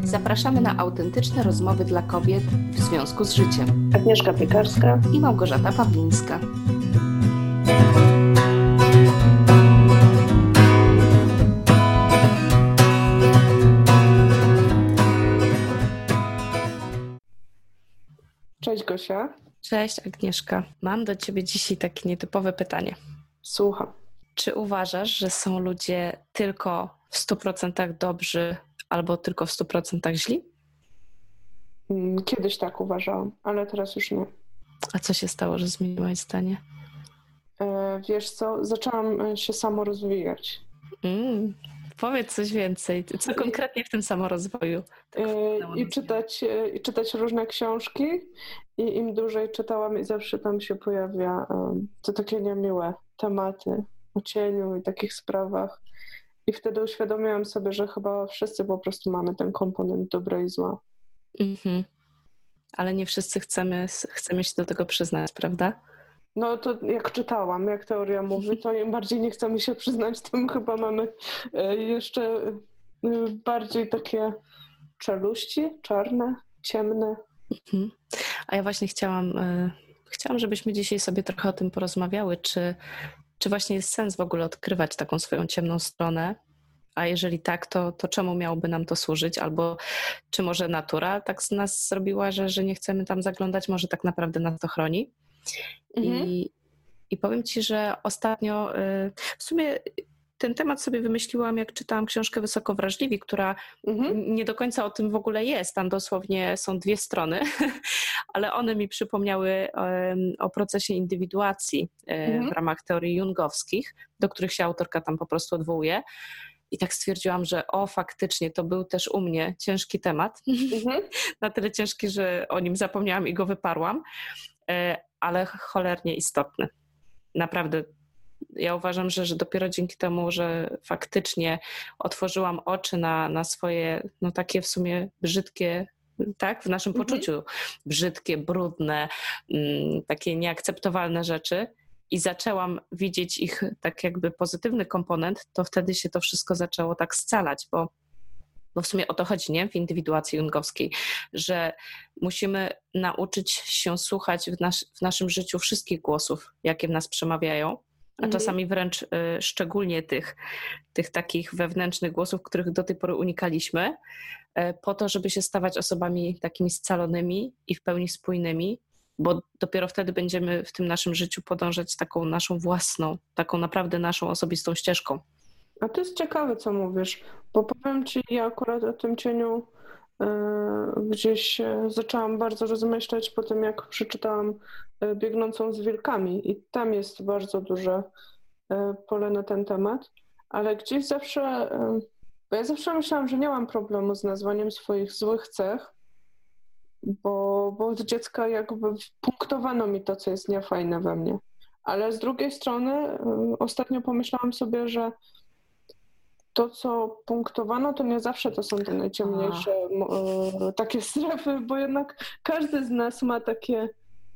Zapraszamy na autentyczne rozmowy dla kobiet w związku z życiem. Agnieszka Piekarska i Małgorzata Pawlińska. Cześć Gosia. Cześć Agnieszka. Mam do Ciebie dzisiaj takie nietypowe pytanie. Słucham. Czy uważasz, że są ludzie tylko w 100% dobrzy albo tylko w 100% źli? Kiedyś tak uważałam, ale teraz już nie. A co się stało, że zmieniłaś zdanie? Wiesz co, zaczęłam się samorozwijać. Powiedz coś więcej. Co konkretnie w tym samorozwoju? I czytać różne książki i im dłużej czytałam i zawsze tam się pojawia to takie niemiłe tematy o cieniu i takich sprawach. I wtedy uświadomiłam sobie, że chyba wszyscy po prostu mamy ten komponent dobra i zła. Ale nie wszyscy chcemy się do tego przyznać, prawda? No to jak czytałam, jak teoria mówi, to im bardziej nie chcemy się przyznać, tym chyba mamy jeszcze bardziej takie czeluści, czarne, ciemne. A ja właśnie chciałam, żebyśmy dzisiaj sobie trochę o tym porozmawiały, czy właśnie jest sens w ogóle odkrywać taką swoją ciemną stronę, a jeżeli tak, to czemu miałoby nam to służyć? Albo czy może natura tak z nas zrobiła, że nie chcemy tam zaglądać, może tak naprawdę nas to chroni? I powiem Ci, że ostatnio w sumie ten temat sobie wymyśliłam, jak czytałam książkę Wysoko wrażliwi, która nie do końca o tym w ogóle jest. Tam dosłownie są 2 strony, ale one mi przypomniały o procesie indywiduacji w ramach teorii jungowskich, do których się autorka tam po prostu odwołuje. I tak stwierdziłam, że faktycznie to był też u mnie ciężki temat. Na tyle ciężki, że o nim zapomniałam i go wyparłam, ale cholernie istotny. Naprawdę. Ja uważam, że dopiero dzięki temu, że faktycznie otworzyłam oczy na swoje, no takie w sumie brzydkie, tak, w naszym poczuciu, brzydkie, brudne, takie nieakceptowalne rzeczy i zaczęłam widzieć ich tak jakby pozytywny komponent, to wtedy się to wszystko zaczęło tak scalać, bo w sumie o to chodzi, nie? W indywiduacji jungowskiej, że musimy nauczyć się słuchać w naszym życiu wszystkich głosów, jakie w nas przemawiają, a czasami wręcz szczególnie tych takich wewnętrznych głosów, których do tej pory unikaliśmy, po to, żeby się stawać osobami takimi scalonymi i w pełni spójnymi, bo dopiero wtedy będziemy w tym naszym życiu podążać taką naszą własną, taką naprawdę naszą osobistą ścieżką. A to jest ciekawe, co mówisz, bo powiem Ci, ja akurat o tym cieniu gdzieś zaczęłam bardzo rozmyślać po tym, jak przeczytałam Biegnącą z wilkami i tam jest bardzo duże pole na ten temat, ale gdzieś zawsze, bo ja zawsze myślałam, że nie mam problemu z nazwaniem swoich złych cech, bo od dziecka jakby punktowano mi to, co jest niefajne we mnie. Ale z drugiej strony ostatnio pomyślałam sobie, że to, co punktowano, to nie zawsze to są te najciemniejsze takie strefy, bo jednak każdy z nas ma takie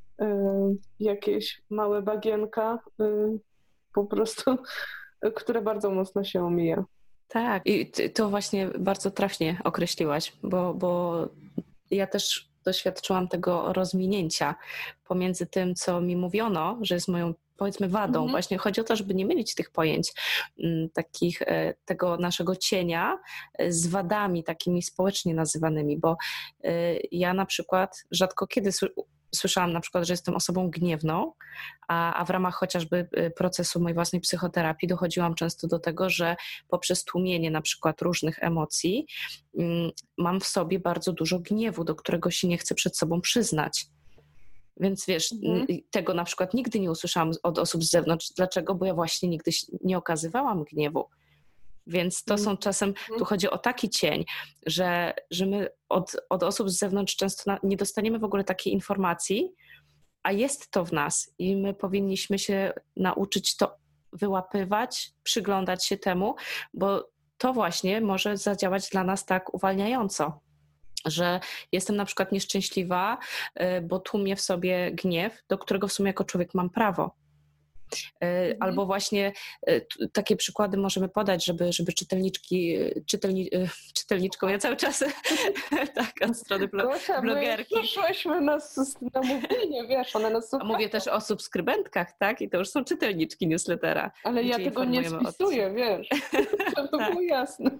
jakieś małe bagienka po prostu, które bardzo mocno się omija. Tak, i to właśnie bardzo trafnie określiłaś, bo ja też doświadczyłam tego rozminięcia pomiędzy tym, co mi mówiono, że jest moją, powiedzmy, wadą. Właśnie chodzi o to, żeby nie mylić tych pojęć takich, tego naszego cienia z wadami takimi społecznie nazywanymi, bo ja na przykład rzadko kiedy słyszałam na przykład, że jestem osobą gniewną, a w ramach chociażby procesu mojej własnej psychoterapii dochodziłam często do tego, że poprzez tłumienie na przykład różnych emocji mam w sobie bardzo dużo gniewu, do którego się nie chcę przed sobą przyznać. Więc wiesz, tego na przykład nigdy nie usłyszałam od osób z zewnątrz. Dlaczego? Bo ja właśnie nigdy nie okazywałam gniewu. Więc to są czasem, tu chodzi o taki cień, że my od osób z zewnątrz często nie dostaniemy w ogóle takiej informacji, a jest to w nas i my powinniśmy się nauczyć to wyłapywać, przyglądać się temu, bo to właśnie może zadziałać dla nas tak uwalniająco, że jestem na przykład nieszczęśliwa, bo tłumię w sobie gniew, do którego w sumie jako człowiek mam prawo. Albo właśnie takie przykłady możemy podać, żeby czytelniczką, ja cały czas tak, od strony blogerki. Przyszłyśmy na mówienie, wiesz, one nas słuchają. Mówię też o subskrybentkach, tak? I to już są czytelniczki newslettera. Ale ja tego nie spisuję, wiesz. To było jasne.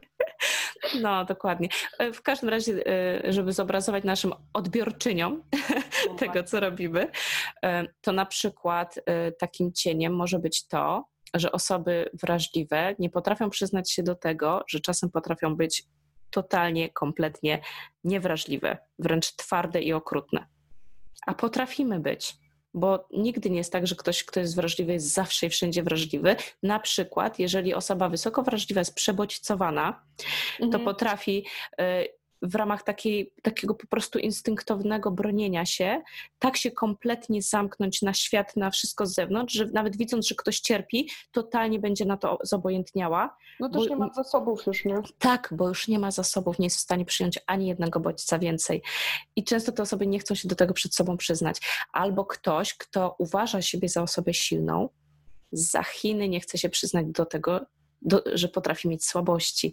No, dokładnie. W każdym razie, żeby zobrazować naszym odbiorczyniom tego, co robimy, to na przykład takim cieniem może być to, że osoby wrażliwe nie potrafią przyznać się do tego, że czasem potrafią być totalnie, kompletnie niewrażliwe, wręcz twarde i okrutne. A potrafimy być. Bo nigdy nie jest tak, że ktoś, kto jest wrażliwy, jest zawsze i wszędzie wrażliwy. Na przykład, jeżeli osoba wysoko wrażliwa jest przebodźcowana, to potrafi w ramach takiego po prostu instynktownego bronienia się tak się kompletnie zamknąć na świat, na wszystko z zewnątrz, że nawet widząc, że ktoś cierpi, totalnie będzie na to zobojętniała. No też nie ma zasobów już, nie? Tak, bo już nie ma zasobów, nie jest w stanie przyjąć ani jednego bodźca więcej. I często te osoby nie chcą się do tego przed sobą przyznać. Albo ktoś, kto uważa siebie za osobę silną, za Chiny nie chce się przyznać do tego, że potrafi mieć słabości.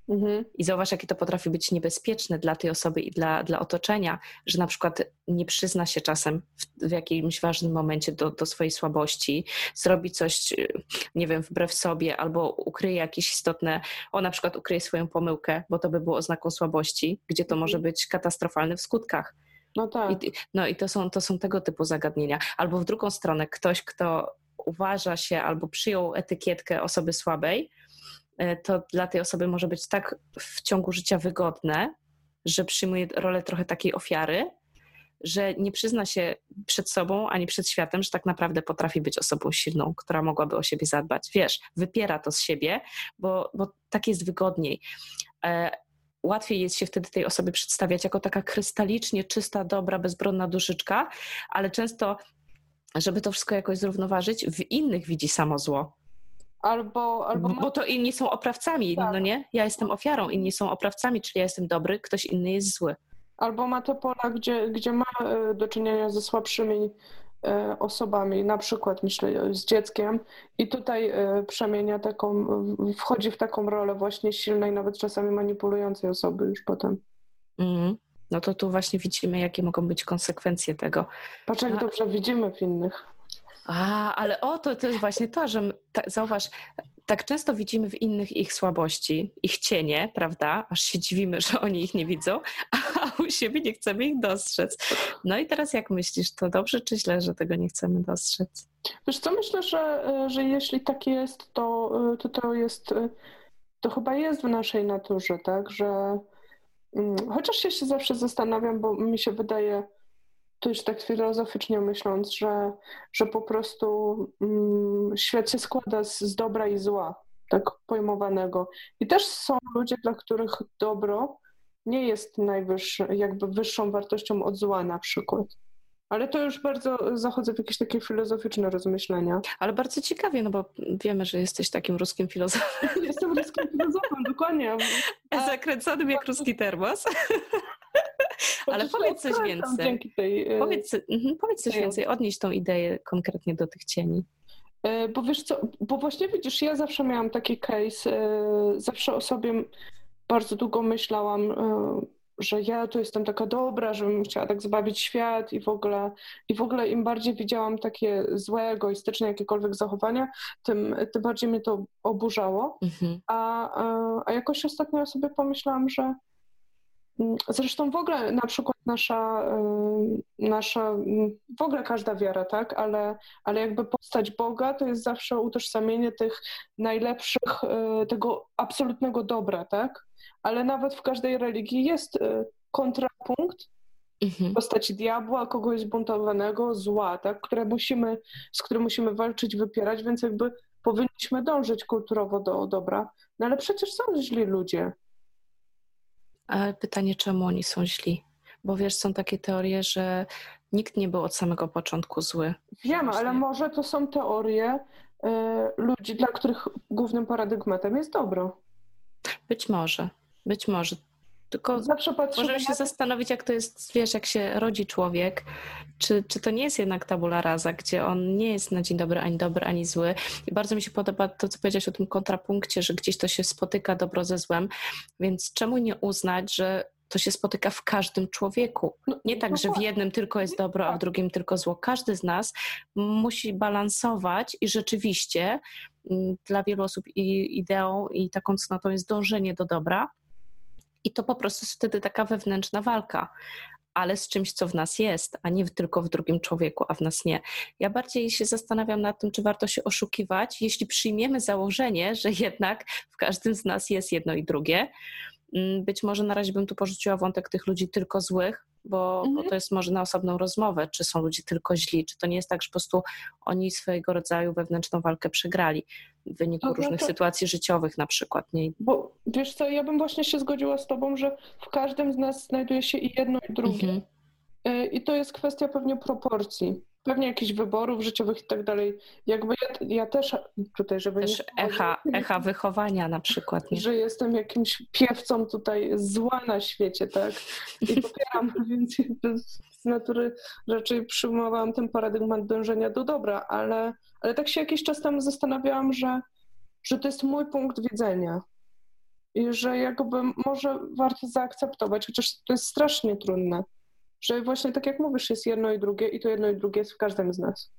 I zauważ, jakie to potrafi być niebezpieczne dla tej osoby i dla otoczenia, że na przykład nie przyzna się czasem w jakimś ważnym momencie do swojej słabości, zrobi coś, nie wiem, wbrew sobie, albo ukryje jakieś istotne, na przykład ukryje swoją pomyłkę, bo to by było oznaką słabości, gdzie to może być katastrofalne w skutkach. No tak. I to są tego typu zagadnienia. Albo w drugą stronę ktoś, kto uważa się albo przyjął etykietkę osoby słabej, to dla tej osoby może być tak w ciągu życia wygodne, że przyjmuje rolę trochę takiej ofiary, że nie przyzna się przed sobą ani przed światem, że tak naprawdę potrafi być osobą silną, która mogłaby o siebie zadbać. Wiesz, wypiera to z siebie, bo tak jest wygodniej. Łatwiej jest się wtedy tej osobie przedstawiać jako taka krystalicznie czysta, dobra, bezbronna duszyczka, ale często, żeby to wszystko jakoś zrównoważyć, w innych widzi samo zło. Bo to inni są oprawcami, tak. No nie? Ja jestem ofiarą, inni są oprawcami, czyli ja jestem dobry, ktoś inny jest zły. Albo ma te pola, gdzie ma do czynienia ze słabszymi osobami, na przykład myślę z dzieckiem i tutaj przemienia wchodzi w taką rolę właśnie silnej, nawet czasami manipulującej osoby już potem. No to tu właśnie widzimy, jakie mogą być konsekwencje tego. Patrz, jak dobrze widzimy w innych. Ale to jest właśnie to, że zauważ, tak często widzimy w innych ich słabości, ich cienie, prawda? Aż się dziwimy, że oni ich nie widzą, a u siebie nie chcemy ich dostrzec. No i teraz jak myślisz, to dobrze czy źle, że tego nie chcemy dostrzec? Wiesz co, myślę, że jeśli tak jest, to chyba jest w naszej naturze, tak? Że chociaż ja się zawsze zastanawiam, bo mi się wydaje, to już tak filozoficznie myśląc, że po prostu świat się składa z dobra i zła, tak pojmowanego. I też są ludzie, dla których dobro nie jest jakby wyższą wartością od zła na przykład. Ale to już bardzo zachodzę w jakieś takie filozoficzne rozmyślenia. Ale bardzo ciekawie, no bo wiemy, że jesteś takim ruskim filozofem. Jestem ruskim filozofem, dokładnie. Zakręconym jak ruski termos. Ale powiedz coś więcej. Powiedz coś więcej, odnieś tą ideę konkretnie do tych cieni. Bo wiesz co, bo właśnie widzisz, ja zawsze miałam taki case, zawsze o sobie bardzo długo myślałam, że ja tu jestem taka dobra, żebym chciała tak zbawić świat i w ogóle im bardziej widziałam takie złe, egoistyczne jakiekolwiek zachowania, tym bardziej mnie to oburzało. A jakoś ostatnio sobie pomyślałam, że zresztą w ogóle na przykład nasza w ogóle każda wiara, tak, ale jakby postać Boga to jest zawsze utożsamienie tych najlepszych, tego absolutnego dobra, tak, ale nawet w każdej religii jest kontrapunkt w postaci diabła, kogoś zbuntowanego, zła, tak, z którym musimy walczyć, wypierać, więc jakby powinniśmy dążyć kulturowo do dobra, no ale przecież są źli ludzie. Ale pytanie, czemu oni są źli? Bo wiesz, są takie teorie, że nikt nie był od samego początku zły. Wiem, ale może to są teorie ludzi, dla których głównym paradygmatem jest dobro. Być może. Tylko możemy się zastanowić, jak to jest, wiesz, jak się rodzi człowiek, czy to nie jest jednak tabula rasa, gdzie on nie jest na dzień dobry, ani zły. I bardzo mi się podoba to, co powiedziałeś o tym kontrapunkcie, że gdzieś to się spotyka dobro ze złem, więc czemu nie uznać, że to się spotyka w każdym człowieku. Nie tak, że w jednym tylko jest dobro, a w drugim tylko zło. Każdy z nas musi balansować i rzeczywiście dla wielu osób ideą i taką cnotą jest dążenie do dobra. I to po prostu jest wtedy taka wewnętrzna walka, ale z czymś, co w nas jest, a nie tylko w drugim człowieku, a w nas nie. Ja bardziej się zastanawiam nad tym, czy warto się oszukiwać, jeśli przyjmiemy założenie, że jednak w każdym z nas jest jedno i drugie. Być może na razie bym tu porzuciła wątek tych ludzi tylko złych, bo to jest może na osobną rozmowę, czy są ludzie tylko źli, czy to nie jest tak, że po prostu oni swojego rodzaju wewnętrzną walkę przegrali w wyniku różnych sytuacji życiowych na przykład. Nie? Bo wiesz co, ja bym właśnie się zgodziła z tobą, że w każdym z nas znajduje się i jedno i drugie. I to jest kwestia pewnie proporcji. Pewnie jakichś wyborów życiowych i tak dalej. Jakby ja też tutaj, żeby też echa wychowania na przykład. Nie? Że jestem jakimś piewcą tutaj zła na świecie, tak? I popieram, więc z natury raczej przyjmowałam ten paradygmat dążenia do dobra, ale tak się jakiś czas temu zastanawiałam, że to jest mój punkt widzenia. I że jakby może warto zaakceptować, chociaż to jest strasznie trudne. Że właśnie tak jak mówisz, jest jedno i drugie i to jedno i drugie jest w każdym z nas.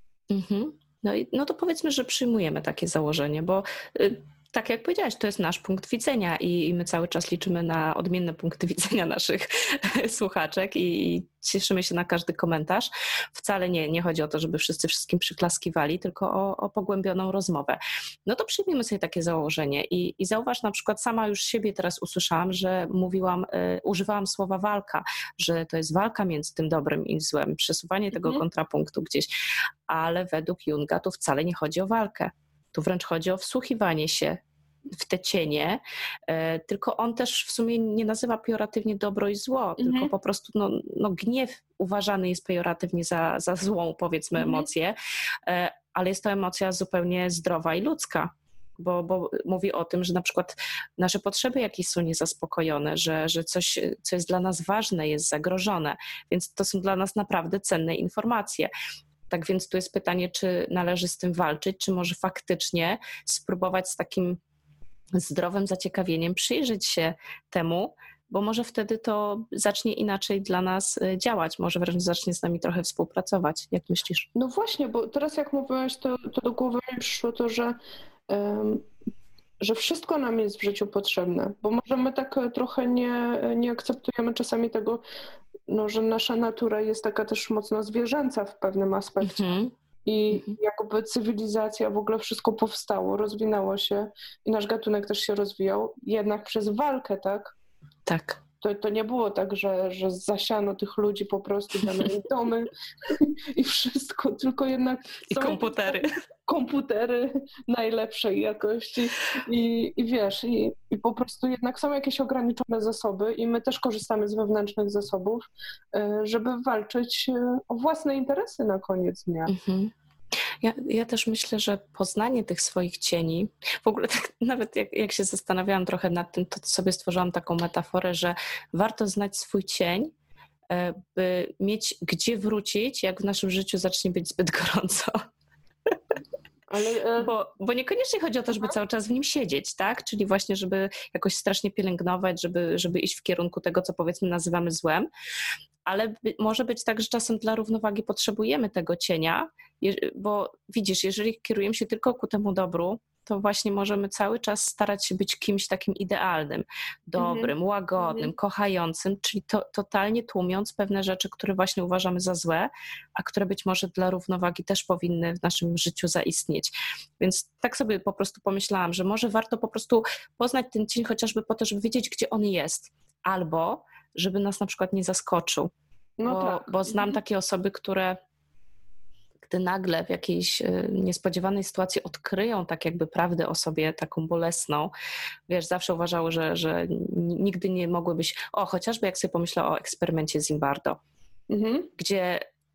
No to powiedzmy, że przyjmujemy takie założenie, bo tak jak powiedziałaś, to jest nasz punkt widzenia i my cały czas liczymy na odmienne punkty widzenia naszych słuchaczek i cieszymy się na każdy komentarz. Wcale nie chodzi o to, żeby wszyscy wszystkim przyklaskiwali, tylko o pogłębioną rozmowę. No to przyjmijmy sobie takie założenie i zauważ, na przykład sama już siebie teraz usłyszałam, że używałam słowa walka, że to jest walka między tym dobrem i złem, przesuwanie tego kontrapunktu gdzieś, ale według Junga tu wcale nie chodzi o walkę. Tu wręcz chodzi o wsłuchiwanie się w te cienie, tylko on też w sumie nie nazywa pejoratywnie dobro i zło, tylko po prostu gniew uważany jest pejoratywnie za złą, powiedzmy, emocję, ale jest to emocja zupełnie zdrowa i ludzka, bo mówi o tym, że na przykład nasze potrzeby jakieś są niezaspokojone, że coś, co jest dla nas ważne, jest zagrożone, więc to są dla nas naprawdę cenne informacje. Tak więc tu jest pytanie, czy należy z tym walczyć, czy może faktycznie spróbować z takim zdrowym zaciekawieniem przyjrzeć się temu, bo może wtedy to zacznie inaczej dla nas działać, może wręcz zacznie z nami trochę współpracować. Jak myślisz? No właśnie, bo teraz jak mówiłaś, to do głowy mi przyszło to, że wszystko nam jest w życiu potrzebne, bo może my tak trochę nie akceptujemy czasami tego, że nasza natura jest taka też mocno zwierzęca w pewnym aspekcie. I jakby cywilizacja, w ogóle wszystko powstało, rozwinęło się i nasz gatunek też się rozwijał, jednak przez walkę, tak? Tak. To nie było tak, że zasiano tych ludzi po prostu, dano im domy i wszystko, tylko jednak... I komputery najlepszej jakości i wiesz, i po prostu jednak są jakieś ograniczone zasoby i my też korzystamy z wewnętrznych zasobów, żeby walczyć o własne interesy na koniec dnia. Ja też myślę, że poznanie tych swoich cieni, w ogóle tak nawet jak się zastanawiałam trochę nad tym, to sobie stworzyłam taką metaforę, że warto znać swój cień, by mieć gdzie wrócić, jak w naszym życiu zacznie być zbyt gorąco. Ale, bo niekoniecznie chodzi o to, żeby cały czas w nim siedzieć, tak? Czyli właśnie, żeby jakoś strasznie pielęgnować, żeby iść w kierunku tego, co powiedzmy nazywamy złem, ale może być tak, że czasem dla równowagi potrzebujemy tego cienia, bo widzisz, jeżeli kierujemy się tylko ku temu dobru, to właśnie możemy cały czas starać się być kimś takim idealnym, dobrym, łagodnym, kochającym, czyli totalnie tłumiąc pewne rzeczy, które właśnie uważamy za złe, a które być może dla równowagi też powinny w naszym życiu zaistnieć. Więc tak sobie po prostu pomyślałam, że może warto po prostu poznać ten cień chociażby po to, żeby wiedzieć, gdzie on jest, albo żeby nas na przykład nie zaskoczył. Bo znam takie osoby, które gdy nagle w jakiejś niespodziewanej sytuacji odkryją tak jakby prawdę o sobie, taką bolesną, wiesz, zawsze uważały, że nigdy nie mogłybyś, chociażby jak sobie pomyślał o eksperymencie Zimbardo, gdzie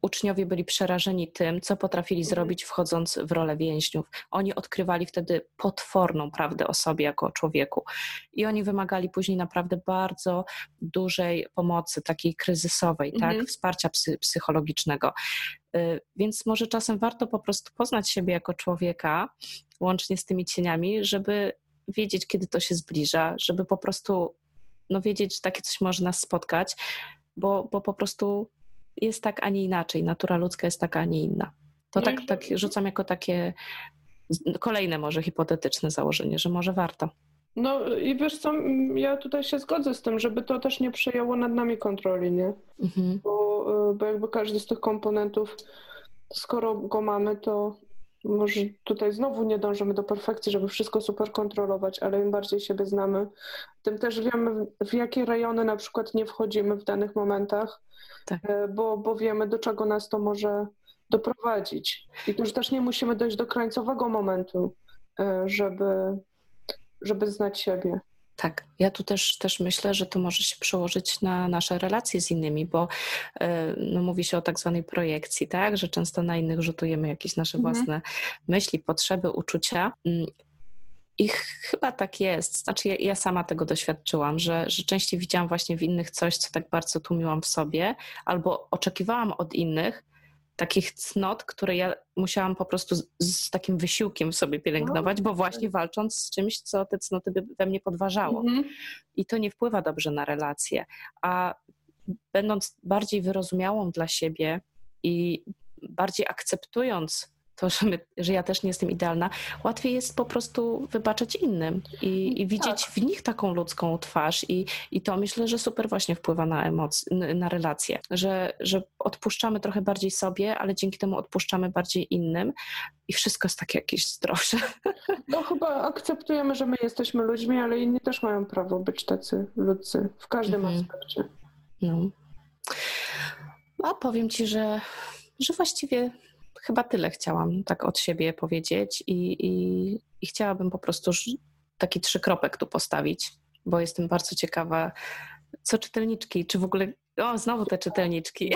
uczniowie byli przerażeni tym, co potrafili zrobić, wchodząc w rolę więźniów. Oni odkrywali wtedy potworną prawdę o sobie jako o człowieku. I oni wymagali później naprawdę bardzo dużej pomocy, takiej kryzysowej, tak? Wsparcia psychologicznego. Więc może czasem warto po prostu poznać siebie jako człowieka, łącznie z tymi cieniami, żeby wiedzieć, kiedy to się zbliża, żeby po prostu wiedzieć, że takie coś może nas spotkać, bo po prostu jest tak, a nie inaczej. Natura ludzka jest taka, a nie inna. To tak rzucam jako takie kolejne może hipotetyczne założenie, że może warto. No i wiesz co, ja tutaj się zgodzę z tym, żeby to też nie przejęło nad nami kontroli, nie? Bo jakby każdy z tych komponentów, skoro go mamy, to może tutaj znowu nie dążymy do perfekcji, żeby wszystko super kontrolować, ale im bardziej siebie znamy, tym też wiemy, w jakie rejony na przykład nie wchodzimy w danych momentach, tak. bo wiemy, do czego nas to może doprowadzić. I tu już też nie musimy dojść do krańcowego momentu, żeby znać siebie. Tak, ja tu też myślę, że to może się przełożyć na nasze relacje z innymi, bo mówi się o tak zwanej projekcji, tak, że często na innych rzutujemy jakieś nasze własne myśli, potrzeby, uczucia. I chyba tak jest. Znaczy ja sama tego doświadczyłam, że częściej widziałam właśnie w innych coś, co tak bardzo tłumiłam w sobie, albo oczekiwałam od innych takich cnot, które ja musiałam po prostu z takim wysiłkiem w sobie pielęgnować, bo właśnie walcząc z czymś, co te cnoty by we mnie podważało. I to nie wpływa dobrze na relacje. A będąc bardziej wyrozumiałą dla siebie i bardziej akceptując to, że ja też nie jestem idealna, łatwiej jest po prostu wybaczać innym i widzieć w nich taką ludzką twarz i to myślę, że super właśnie wpływa na emocje, na relacje, że odpuszczamy trochę bardziej sobie, ale dzięki temu odpuszczamy bardziej innym i wszystko jest takie jakieś zdrowsze. No chyba akceptujemy, że my jesteśmy ludźmi, ale inni też mają prawo być tacy ludzcy w każdym aspekcie. No. A powiem Ci, że właściwie chyba tyle chciałam tak od siebie powiedzieć i chciałabym po prostu taki 3 kropek tu postawić, bo jestem bardzo ciekawa, co czytelniczki, czy w ogóle, znowu te czytelniczki.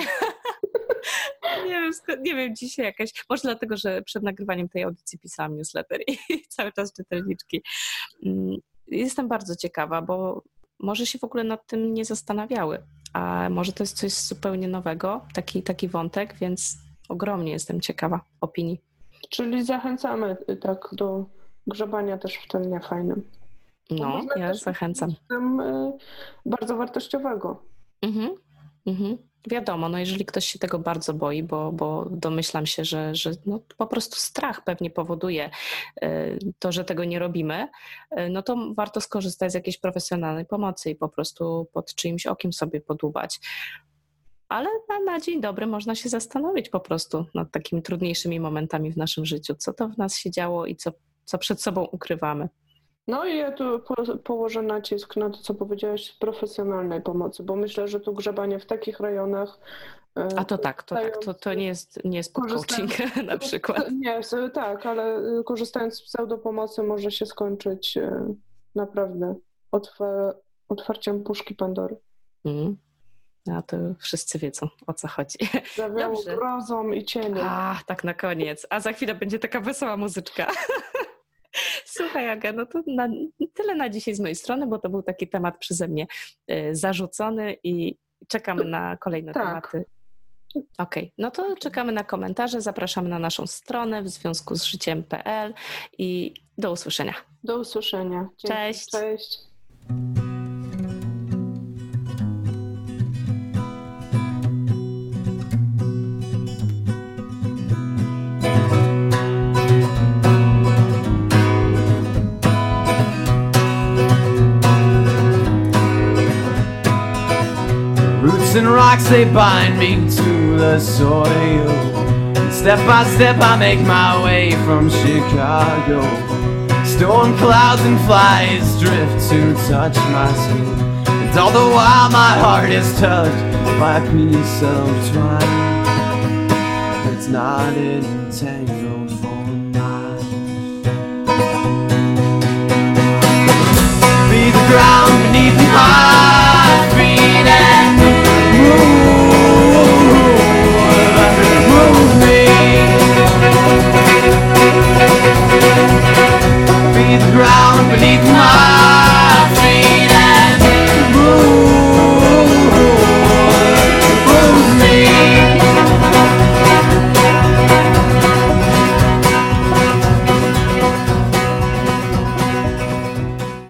Nie wiem, dzisiaj jakaś, może dlatego, że przed nagrywaniem tej audycji pisałam newsletter i cały czas czytelniczki. Jestem bardzo ciekawa, bo może się w ogóle nad tym nie zastanawiały, a może to jest coś zupełnie nowego, taki wątek, więc ogromnie jestem ciekawa opinii. Czyli zachęcamy tak do grzebania też w tym niefajnym. No, ja zachęcam. W tym bardzo wartościowego. Wiadomo, jeżeli ktoś się tego bardzo boi, bo domyślam się, że po prostu strach pewnie powoduje to, że tego nie robimy, no to warto skorzystać z jakiejś profesjonalnej pomocy i po prostu pod czyimś okiem sobie podłubać. Ale na dzień dobry można się zastanowić po prostu nad takimi trudniejszymi momentami w naszym życiu. Co to w nas się działo i co przed sobą ukrywamy. No i ja tu położę nacisk na to, co powiedziałaś, profesjonalnej pomocy, bo myślę, że tu grzebanie w takich rejonach... A to tak, to nie jest coaching na przykład. Nie, tak, ale korzystając z pseudopomocy może się skończyć naprawdę otwarciem puszki Pandory. A to wszyscy wiedzą, o co chodzi. Zawiało grozą i cieniem. Tak na koniec. A za chwilę będzie taka wesoła muzyczka. Słuchaj, Aga, no to tyle na dzisiaj z mojej strony, bo to był taki temat przeze mnie zarzucony i czekamy na kolejne tematy. Okej, no to czekamy na komentarze, zapraszamy na naszą stronę w związku z życiem.pl i do usłyszenia. Do usłyszenia. Dzięki. Cześć. Cześć. And rocks, they bind me to the soil. And step by step I make my way from Chicago. Storm clouds and flies drift to touch my skin, and all the while my heart is touched by a piece of twine. It's not entangled for miles. Be the ground